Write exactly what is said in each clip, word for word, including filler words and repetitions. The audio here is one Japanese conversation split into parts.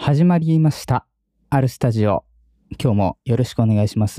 始まりました。あるスタジオ。今日もよろしくお願いします。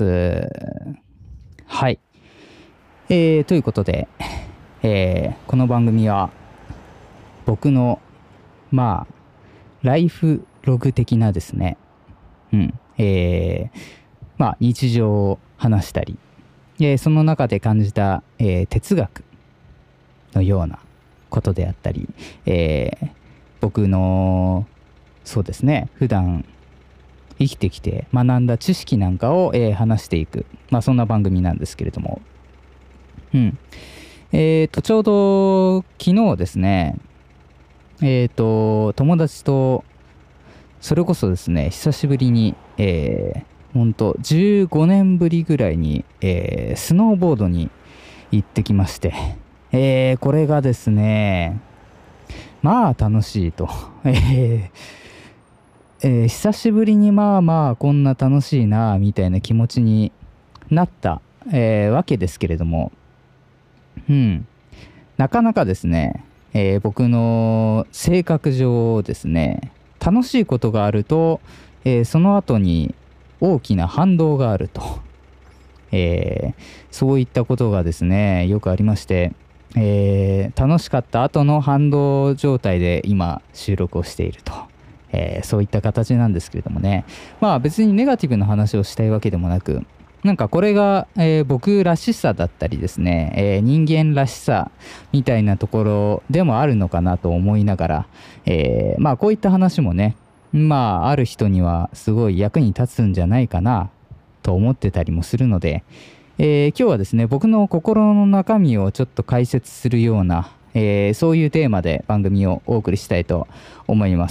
はい。えー、ということで、えー、この番組は僕の、まあ、ライフログ的なですね、うん、えー、まあ、日常を話したり、えー、その中で感じた、えー、哲学のようなことであったり、えー、僕のそうですね普段生きてきて学んだ知識なんかを、えー、話していく、まあ、そんな番組なんですけれども、うんえー、とちょうど昨日ですねえー、と友達とそれこそですね久しぶりに、えー、ほんとじゅうごねんぶりぐらいに、えー、スノーボードに行ってきまして、えー、これがですねまあ楽しいと、えーえー久しぶりにまあまあこんな楽しいなみたいな気持ちになった、えーわけですけれども、うんなかなかですね、えー僕の性格上ですね楽しいことがあると、えーその後に大きな反動があると、えーそういったことがですねよくありまして、えー楽しかった後の反動状態で今収録をしていると、えーそういった形なんですけれどもね、まあ別にネガティブな話をしたいわけでもなく、なんかこれが、えー僕らしさだったりですね、えー人間らしさみたいなところでもあるのかなと思いながら、えーまあこういった話もね、まあある人にはすごい役に立つんじゃないかなと思ってたりもするので、えー今日はですね僕の心の中身をちょっと解説するような、えーそういうテーマで番組をお送りしたいと思います。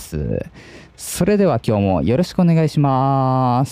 それでは今日もよろしくお願いします。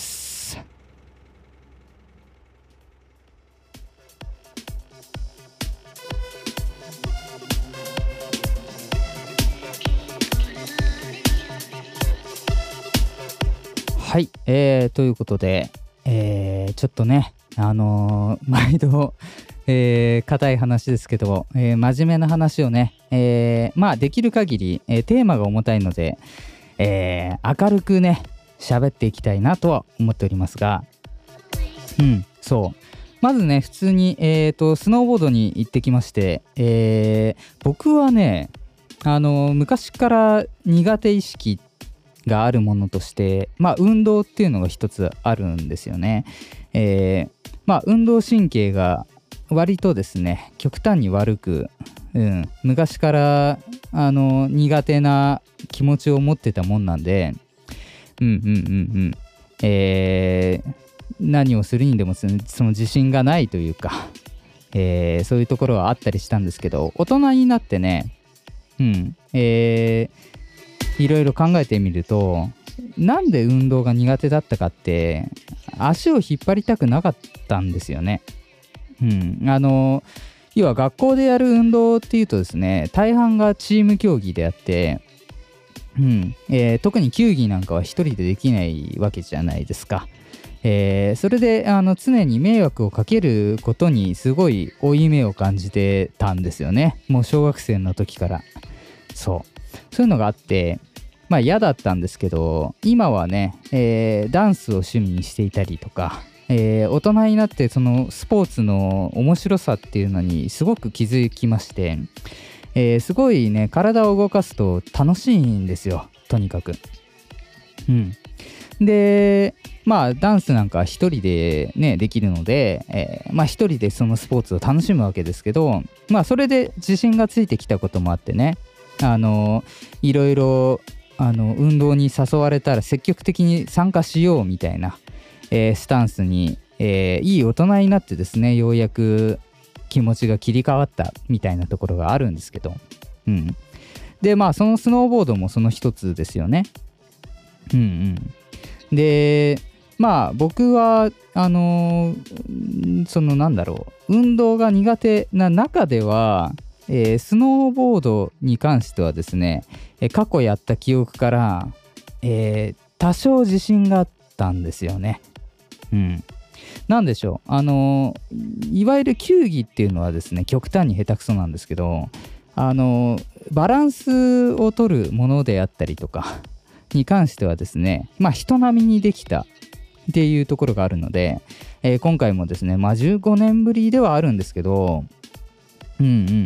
はい、えー、ということで、えーちょっとねあのー毎度えー硬い話ですけど、えー真面目な話をね、えーまあできる限り、えーテーマが重たいので、えー明るくね喋っていきたいなとは思っておりますが、うんそうまずね普通に、えーとスノーボードに行ってきまして、えー僕はねあのー昔から苦手意識があるものとして、まあ運動っていうのが一つあるんですよね。えーまあ運動神経が割とですね極端に悪く、うん、昔からあの苦手な気持ちを持ってたもんなんで、うんうんうんうんえー何をするにでもそのその自信がないというか、えーそういうところはあったりしたんですけど、大人になってね、うんえーいろいろ考えてみると、なんで運動が苦手だったかって足を引っ張りたくなかったんですよね。うん、あの要は学校でやる運動っていうとですね大半がチーム競技であって、うんえー特に球技なんかは一人でできないわけじゃないですか。えーそれであの常に迷惑をかけることにすごい負い目を感じてたんですよね、もう小学生の時から。そうそういうのがあって、まあ嫌だったんですけど、今はね、えーダンスを趣味にしていたりとか、えー大人になってそのスポーツの面白さっていうのにすごく気づきまして、えーすごいね体を動かすと楽しいんですよ、とにかく。うんでまあダンスなんか一人でねできるので、えーまあ一人でそのスポーツを楽しむわけですけど、まあそれで自信がついてきたこともあってね、あのいろいろあの運動に誘われたら積極的に参加しようみたいな、えースタンスに、えーいい大人になってですねようやく気持ちが切り替わったみたいなところがあるんですけど、うんでまあそのスノーボードもその一つですよね。うんうんでまあ僕はあのーそのなんだろう運動が苦手な中では、えースノーボードに関してはですね、えー過去やった記憶から、えー多少自信があったんですよね。うんなんでしょうあのーいわゆる球技っていうのはですね極端に下手くそなんですけど、あのーバランスを取るものであったりとか、 に関してはですね、まあ人並みにできたっていうところがあるので、えー今回もですね、まあじゅうごねんぶりではあるんですけど、うんうんうんうん。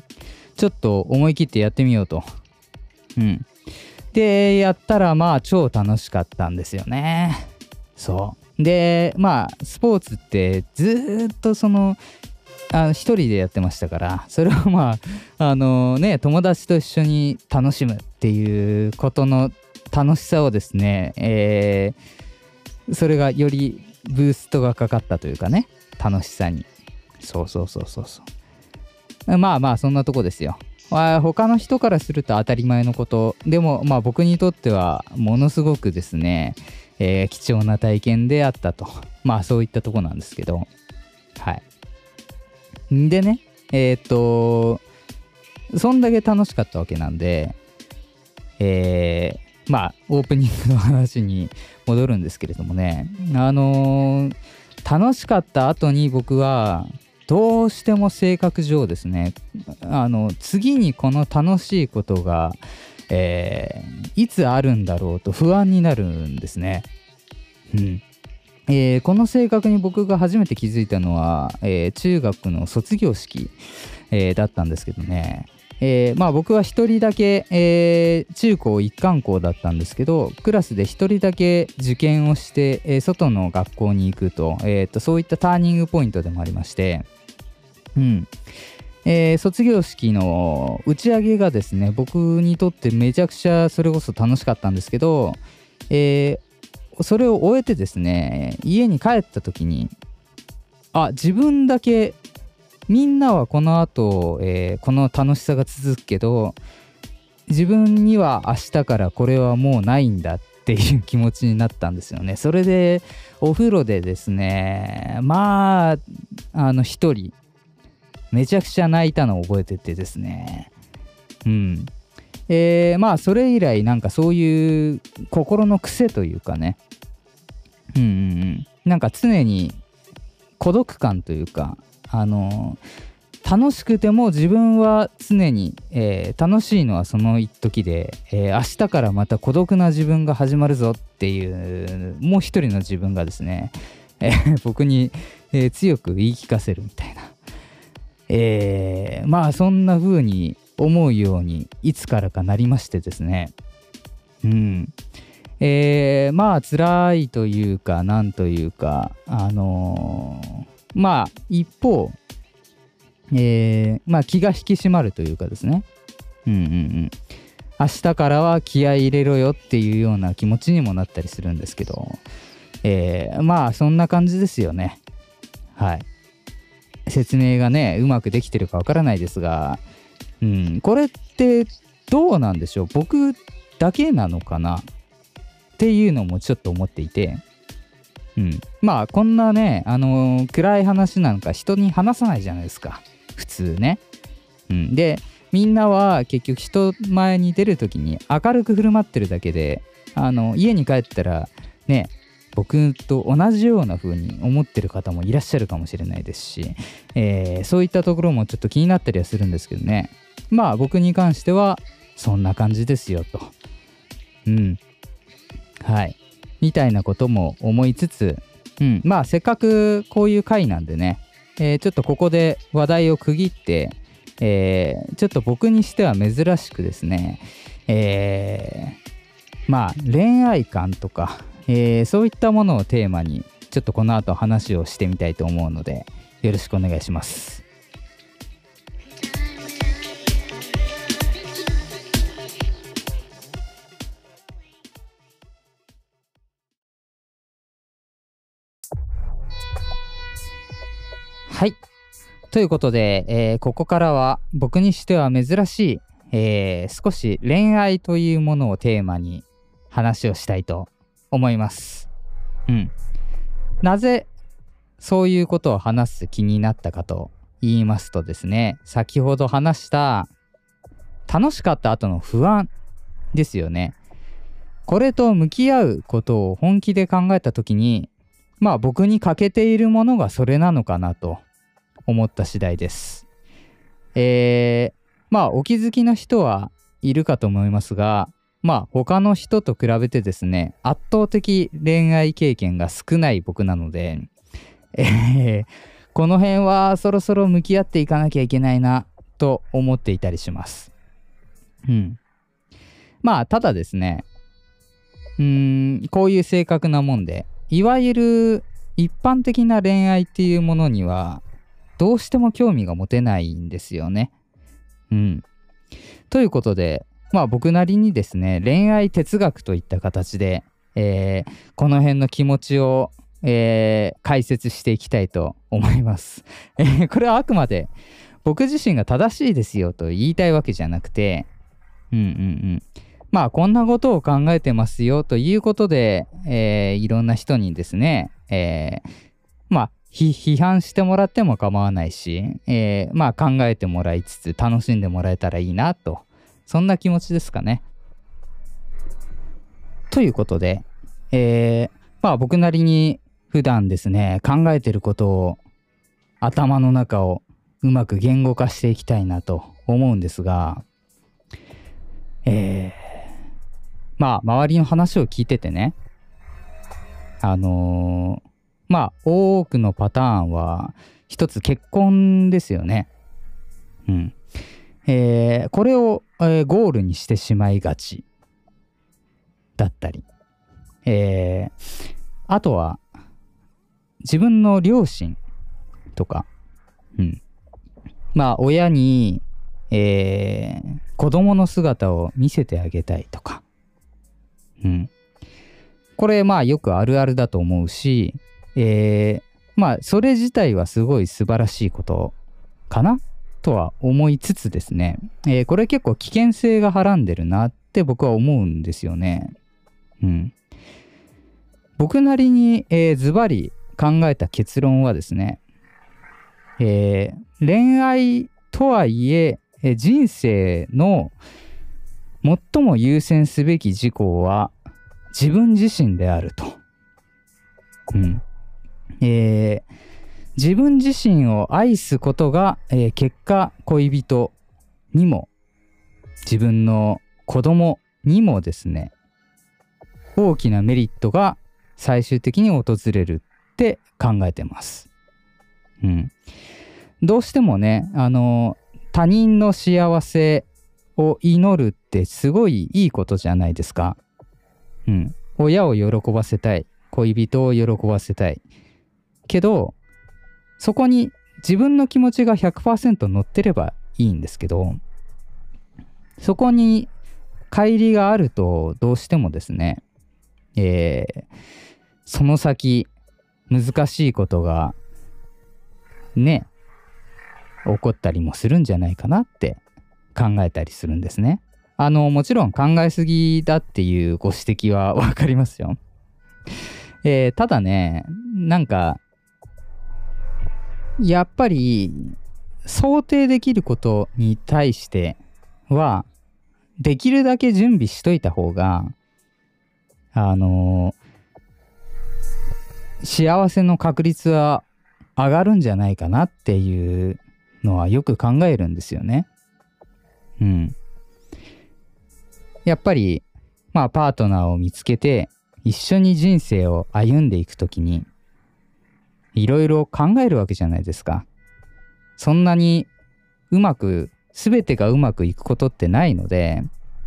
ちょっと思い切ってやってみようと。うん。で、やったらまあ超楽しかったんですよね。そう。で、まあスポーツってずーっとその、あの一人でやってましたから、それをまあ、あのね、友達と一緒に楽しむっていうことの楽しさをですね、えーそれがよりブーストがかかったというかね、楽しさに。そうそうそうそうそう。まあまあ、そんなとこですよ。まあ他の人からすると当たり前のこと。でも、まあ僕にとっては、ものすごくですね、えー貴重な体験であったと。まあそういったとこなんですけど。はい。でね、えーっと、そんだけ楽しかったわけなんで、えーまあ、オープニングの話に戻るんですけれどもね、あのー楽しかった後に僕は、どうしても性格上ですね、あの、次にこの楽しいことが、えーいつあるんだろうと不安になるんですね。うん。えーこの性格に僕が初めて気づいたのは、えー中学の卒業式、えーだったんですけどね、えーまあ僕は一人だけ、えー中高一貫校だったんですけど、クラスで一人だけ受験をして、えー外の学校に行くと、えーとそういったターニングポイントでもありまして、うんえー卒業式の打ち上げがですね、僕にとってめちゃくちゃそれこそ楽しかったんですけど、えーそれを終えてですね、家に帰った時に、あ、自分だけ、みんなはこの後、えーこの楽しさが続くけど、自分には明日からこれはもうないんだっていう気持ちになったんですよね。それで、お風呂でですね、まあ、あの、一人、めちゃくちゃ泣いたのを覚えててですね。うん。えーまあ、それ以来、なんかそういう心の癖というかね、うんうんうん。なんか常に孤独感というか、あの楽しくても自分は常に、えー楽しいのはその一時で、えー明日からまた孤独な自分が始まるぞっていうもう一人の自分がですね、えー僕に、えー強く言い聞かせるみたいな、えーまあそんな風に思うようにいつからかなりましてですね。うんえーまあ辛いというかなんというか、あのーまあ一方、えーまあ気が引き締まるというかですね、うんうんうん明日からは気合い入れろよっていうような気持ちにもなったりするんですけど、えーまあそんな感じですよね。はい。説明がねうまくできてるかわからないですが、うん、これってどうなんでしょう、僕だけなのかなっていうのもちょっと思っていて、うん、まあこんなね、あのー暗い話なんか人に話さないじゃないですか普通ね、うん、でみんなは結局人前に出るときに明るく振る舞ってるだけで、あの家に帰ったらね僕と同じような風に思ってる方もいらっしゃるかもしれないですし、えーそういったところもちょっと気になったりはするんですけどね、まあ僕に関してはそんな感じですよと、うんはいみたいなことも思いつつ、うん、まあせっかくこういう回なんでね、えーちょっとここで話題を区切って、えーちょっと僕にしては珍しくですね、えーまあ恋愛観とか、えーそういったものをテーマにちょっとこの後話をしてみたいと思うので、よろしくお願いします。はい。ということで、えーここからは僕にしては珍しい、えー少し恋愛というものをテーマに話をしたいと思います。うん。なぜそういうことを話す気になったかと言いますとですね、先ほど話した楽しかった後の不安ですよね。これと向き合うことを本気で考えたときに、まあ僕に欠けているものがそれなのかなと思った次第です。えー、まあお気づきの人はいるかと思いますが、 まあ他の人と比べてですね、圧倒的恋愛経験が少ない僕なので、えー、この辺はそろそろ向き合っていかなきゃいけないなと思っていたりします。うん。まあただですね、うーん、こういう性格なもんで、いわゆる一般的な恋愛っていうものにはどうしても興味が持てないんですよね。うん。ということで、まあ僕なりにですね、恋愛哲学といった形で、えーこの辺の気持ちを、えー解説していきたいと思います。えーこれはあくまで僕自身が正しいですよと言いたいわけじゃなくて、うんうんうん。まあこんなことを考えてますよということで、えーいろんな人にですね、えーまあひ批判してもらっても構わないし、えーまあ考えてもらいつつ楽しんでもらえたらいいなと、そんな気持ちですかね。ということで、えーまあ僕なりに普段ですね、考えてることを頭の中をうまく言語化していきたいなと思うんですが、えーまあ周りの話を聞いててね、あのーまあ多くのパターンは一つ結婚ですよね。うん。えーこれを、えーゴールにしてしまいがちだったり、えーあとは自分の両親とか、うん、まあ親に、えー子供の姿を見せてあげたいとか、うん、これまあよくあるあるだと思うし、えーまあそれ自体はすごい素晴らしいことかなとは思いつつですね、えーこれ結構危険性がはらんでるなって僕は思うんですよね。うん。僕なりに、えーズバリ考えた結論はですね、えー恋愛とはいええー人生の最も優先すべき事項は自分自身であると。うん。えー自分自身を愛すことが、えー結果恋人にも自分の子供にもですね、大きなメリットが最終的に訪れるって考えてます。うん。どうしてもね、あの他人の幸せを祈るってすごいいいことじゃないですか。うん。親を喜ばせたい、恋人を喜ばせたい。けど、そこに自分の気持ちが ひゃくパーセント 乗ってればいいんですけど、そこに乖離があるとどうしてもですね、えーその先難しいことがね、起こったりもするんじゃないかなって考えたりするんですね。あのもちろん考えすぎだっていうご指摘はわかりますよ。えーただね、なんかやっぱり想定できることに対してはできるだけ準備しといた方があの幸せの確率は上がるんじゃないかなっていうのはよく考えるんですよね。うん。やっぱりまあパートナーを見つけて一緒に人生を歩んでいくときにいろいろ考えるわけじゃないですか。そんなにうまく全てがうまくいくことってないので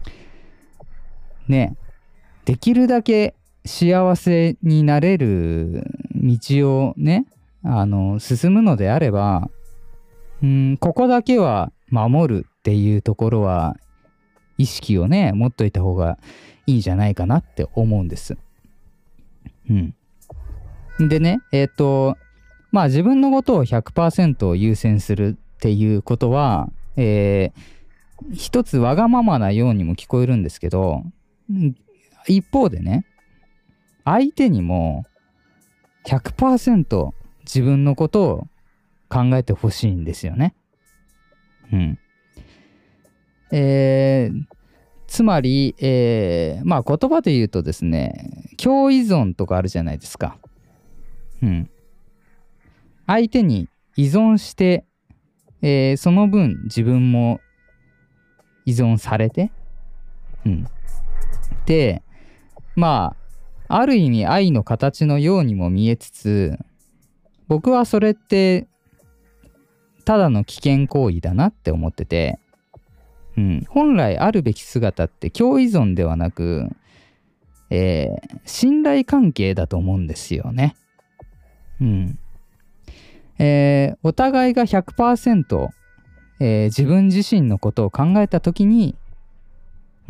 ね、できるだけ幸せになれる道をね、あの進むのであれば、うん、ここだけは守るっていうところは意識をね持っといた方がいいんじゃないかなって思うんです。うん。でね、えっとまあ自分のことを ひゃくパーセント 優先するっていうことは、えー一つわがままなようにも聞こえるんですけど、うん一方でね、相手にも ひゃくパーセント 自分のことを考えてほしいんですよね。うん。えーつまり、えーまあ言葉で言うとですね、共依存とかあるじゃないですか。うん。相手に依存して、えーその分自分も依存されて、うん。 で、まあある意味愛の形のようにも見えつつ、僕はそれってただの危険行為だなって思ってて、うん、本来あるべき姿って共依存ではなく、えー、信頼関係だと思うんですよね。うんえー、お互いが ひゃくパーセント、えー、自分自身のことを考えたときに、うん、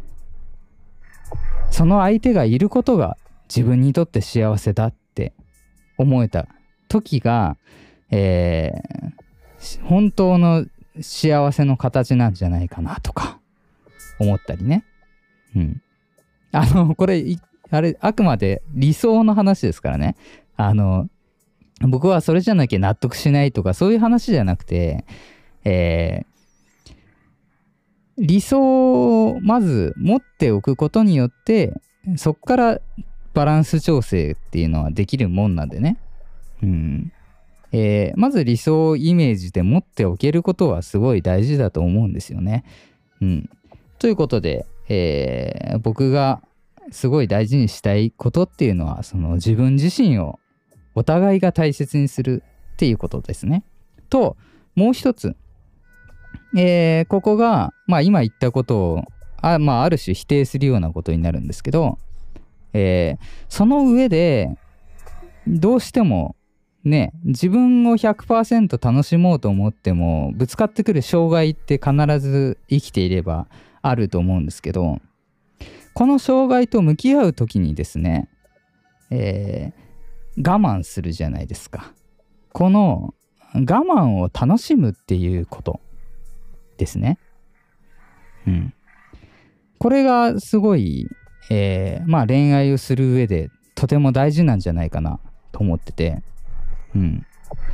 その相手がいることが自分にとって幸せだって思えた時が、えー、本当の幸せの形なんじゃないかなとか思ったりね。うん。あの、これ、あれ、あくまで理想の話ですからね。あの、僕はそれじゃなきゃ納得しないとかそういう話じゃなくて、えー、理想をまず持っておくことによってそこからバランス調整っていうのはできるもんなんでね、うんえー、まず理想をイメージで持っておけることはすごい大事だと思うんですよね。うん、ということで、えー、僕がすごい大事にしたいことっていうのはその自分自身をお互いが大切にするっていうことですね。ともう一つ、えー、ここが、まあ、今言ったことを あ,、まあ、ある種否定するようなことになるんですけど、えー、その上でどうしてもね自分を ひゃくパーセント 楽しもうと思ってもぶつかってくる障害って必ず生きていればあると思うんですけど、この障害と向き合う時にですね、えー、我慢するじゃないですか。この我慢を楽しむっていうことですね。うん。これがすごい、えー、まあ恋愛をする上でとても大事なんじゃないかなと思ってて、うん。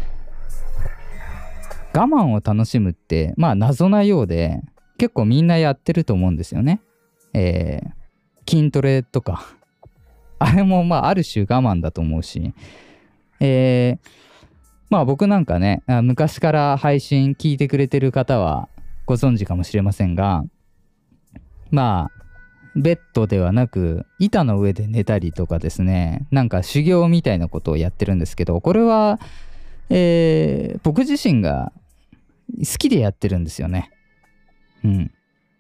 我慢を楽しむってまあ謎なようで結構みんなやってると思うんですよね。えー、筋トレとかあれもまあある種我慢だと思うし、えー、まあ僕なんかね昔から配信聞いてくれてる方はご存知かもしれませんが、まあベッドではなく板の上で寝たりとかですね、なんか修行みたいなことをやってるんですけど、これは、えー、僕自身が好きでやってるんですよね。うん。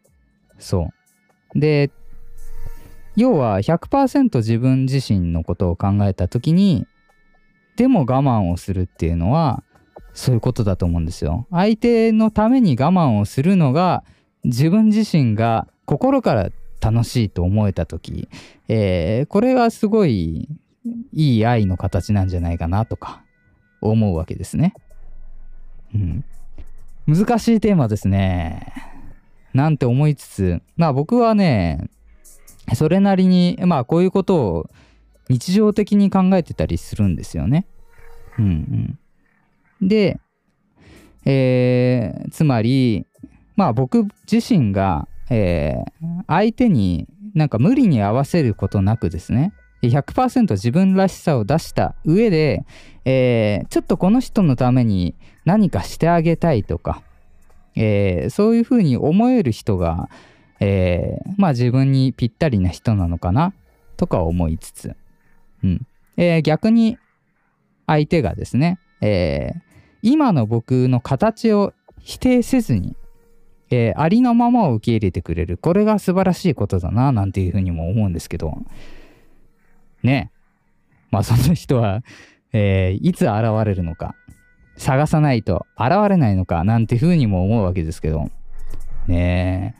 そうで要は ひゃくパーセント 自分自身のことを考えた時にでも我慢をするっていうのはそういうことだと思うんですよ。相手のために我慢をするのが自分自身が心から楽しいと思えた時、えー、これがすごいいい愛の形なんじゃないかなとか思うわけですね。うん、難しいテーマですね。なんて思いつつ、まあ僕はねそれなりにまあこういうことを日常的に考えてたりするんですよね。うんうん、で、えー、つまりまあ僕自身が、えー、相手になんか無理に合わせることなくですね ひゃくパーセント 自分らしさを出した上で、えー、ちょっとこの人のために何かしてあげたいとか、えー、そういうふうに思える人が、えー、まあ自分にぴったりな人なのかなとか思いつつ、うんえー、逆に相手がですね、えー、今の僕の形を否定せずに、えー、ありのままを受け入れてくれる、これが素晴らしいことだななんていうふうにも思うんですけどね。まあその人は、えー、いつ現れるのか探さないと現れないのかなんていうふうにも思うわけですけどね。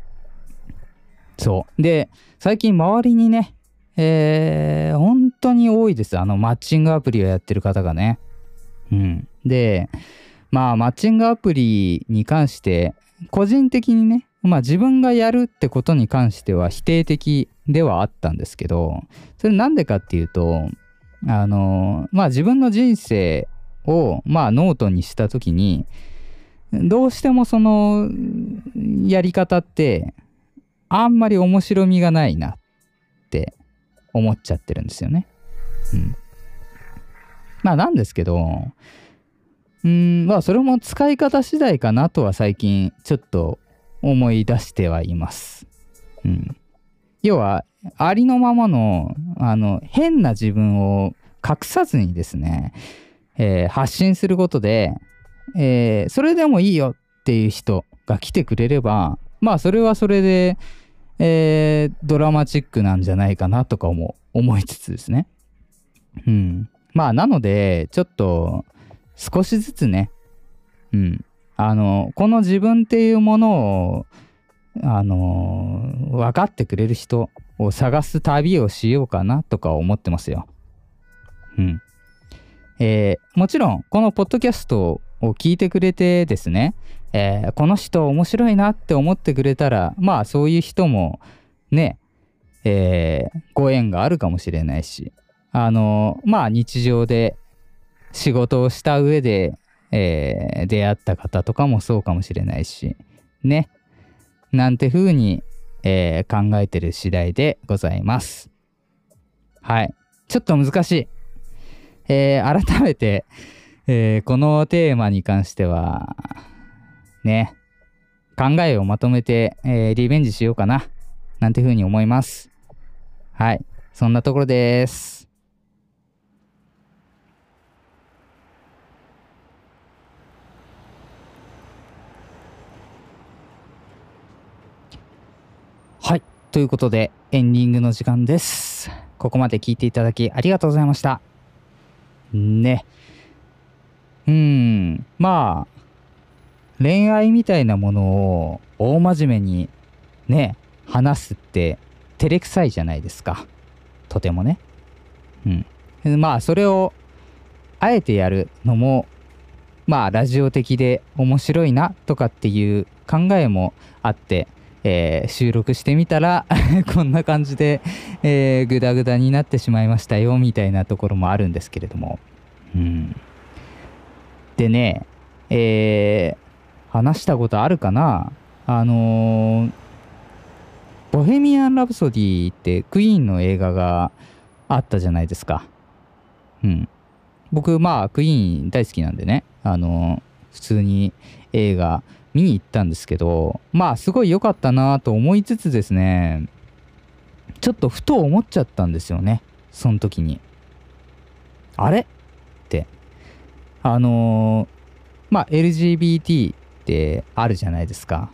そうで最近周りにね、えー、本当に多いです。あのマッチングアプリをやってる方がね。うんでまあマッチングアプリに関して個人的にね、まあ自分がやるってことに関しては否定的ではあったんですけど、それなんでかっていうと、あのまあ自分の人生をまあノートにした時にどうしてもそのやり方ってあんまり面白みがないなって思っちゃってるんですよね。うん。まあなんですけど、うーんまあそれも使い方次第かなとは最近ちょっと思い出してはいます。うん。 要はありのままのあの変な自分を隠さずにですね、えー発信することで、えーそれでもいいよっていう人が来てくれれば、まあそれはそれで、えードラマチックなんじゃないかなとかも思いつつですね。うん。まあなのでちょっと少しずつね、うん、あのこの自分っていうものをあの分かってくれる人を探す旅をしようかなとか思ってますよ。うん。えーもちろんこのポッドキャストを聞いてくれてですね、えーこの人面白いなって思ってくれたら、まあそういう人もね、えーご縁があるかもしれないし、あのまあ日常で仕事をした上で、えー出会った方とかもそうかもしれないしね、なんて風に、えー考えてる次第でございます。はい。ちょっと難しい。えー改めて、えーこのテーマに関しては、ね、考えをまとめて、えーリベンジしようかな、なんて風に思います。はい。そんなところです。はい。ということで、エンディングの時間です。ここまで聞いていただきありがとうございました。ね。うーん。まあ、恋愛みたいなものを大真面目にね、話すって照れくさいじゃないですか。とてもね。うん。まあ、それをあえてやるのも、まあ、ラジオ的で面白いなとかっていう考えもあって、えー収録してみたらこんな感じで、えー、グダグダになってしまいましたよみたいなところもあるんですけれども、うん、でね、えー話したことあるかな、あのーボヘミアン・ラプソディってクイーンの映画があったじゃないですか。うん。僕まあクイーン大好きなんでね、あの普通に映画見に行ったんですけど、まあすごい良かったなと思いつつですね、ちょっとふと思っちゃったんですよね、その時に。あれってあのーまあ エルジービーティー ってあるじゃないですか。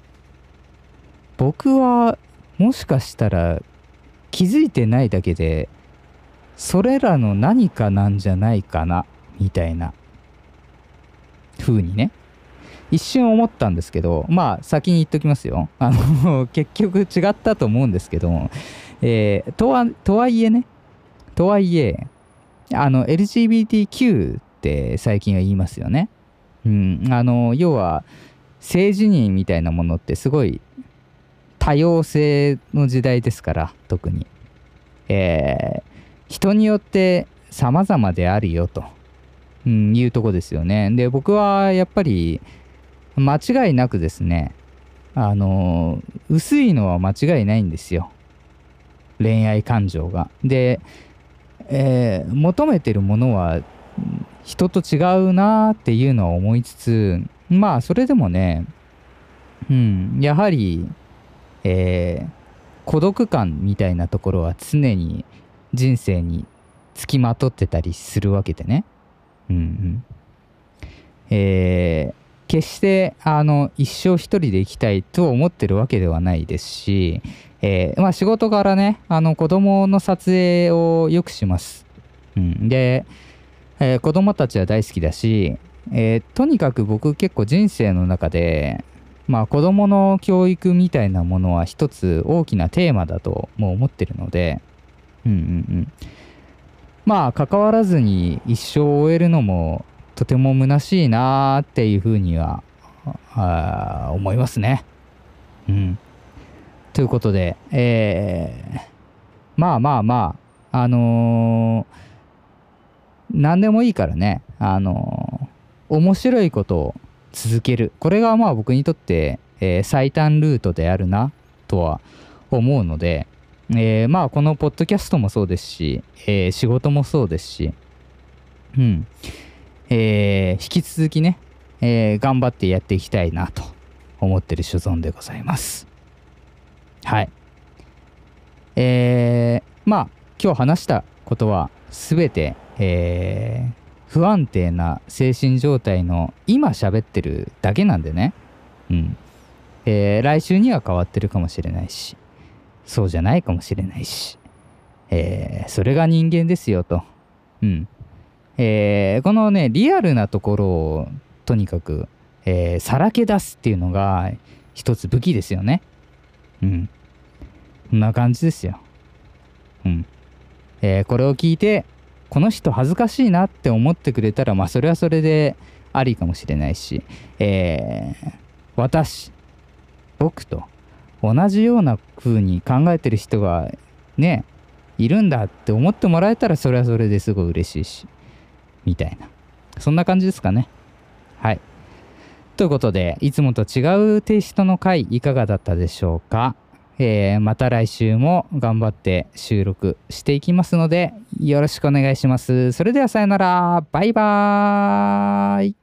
僕はもしかしたら気づいてないだけでそれらの何かなんじゃないかなみたいな風にね、一瞬思ったんですけど、まあ先に言っときますよ。あの結局違ったと思うんですけど、えーとはとはいえね、とはいえあの エルジービーティーキュー って最近は言いますよね。うん、あの要は性自認みたいなものってすごい多様性の時代ですから、特に、えー人によって様々であるよと、うん、いうとこですよね。で僕はやっぱり間違いなくですね、あの薄いのは間違いないんですよ、恋愛感情が。で、えー求めてるものは人と違うなっていうのは思いつつ、まあそれでもね、うん、やはり、えー孤独感みたいなところは常に人生につきまとってたりするわけでね。うんうん。えー決してあの一生一人で生きたいと思ってるわけではないですし、えーまあ仕事からね、あの子供の撮影をよくします。うん、で、えー子供たちは大好きだし、えーとにかく僕結構人生の中で、まあ子供の教育みたいなものは一つ大きなテーマだとも思ってるので、うんうんうん。まあ関わらずに一生を終えるのもとても虚しいなーっていうふうにはあー思いますね。うん。ということで、えーまあまあまあ、あのー何でもいいからね、あのー面白いことを続ける。これがまあ僕にとって、えー最短ルートであるなとは思うので、えーまあこのポッドキャストもそうですし、えー仕事もそうですし、うん、えー引き続きね、えー頑張ってやっていきたいなと思ってる所存でございます。はい。 えー、まあ今日話したことは全て、えー不安定な精神状態の今喋ってるだけなんでね。うん。えー来週には変わってるかもしれないし、そうじゃないかもしれないし、えーそれが人間ですよと。うん。えーこのね、リアルなところをとにかく、えーさらけ出すっていうのが一つ武器ですよね。うん。こんな感じですよ。うん。えーこれを聞いて、この人恥ずかしいなって思ってくれたら、まあそれはそれでありかもしれないし、えー私、僕と同じような風に考えてる人がね、いるんだって思ってもらえたら、それはそれですごい嬉しいし、みたいな。そんな感じですかね。はい。ということで、いつもと違うテイストの回いかがだったでしょうか。えーまた来週も頑張って収録していきますので、よろしくお願いします。それではさよなら。バイバーイ。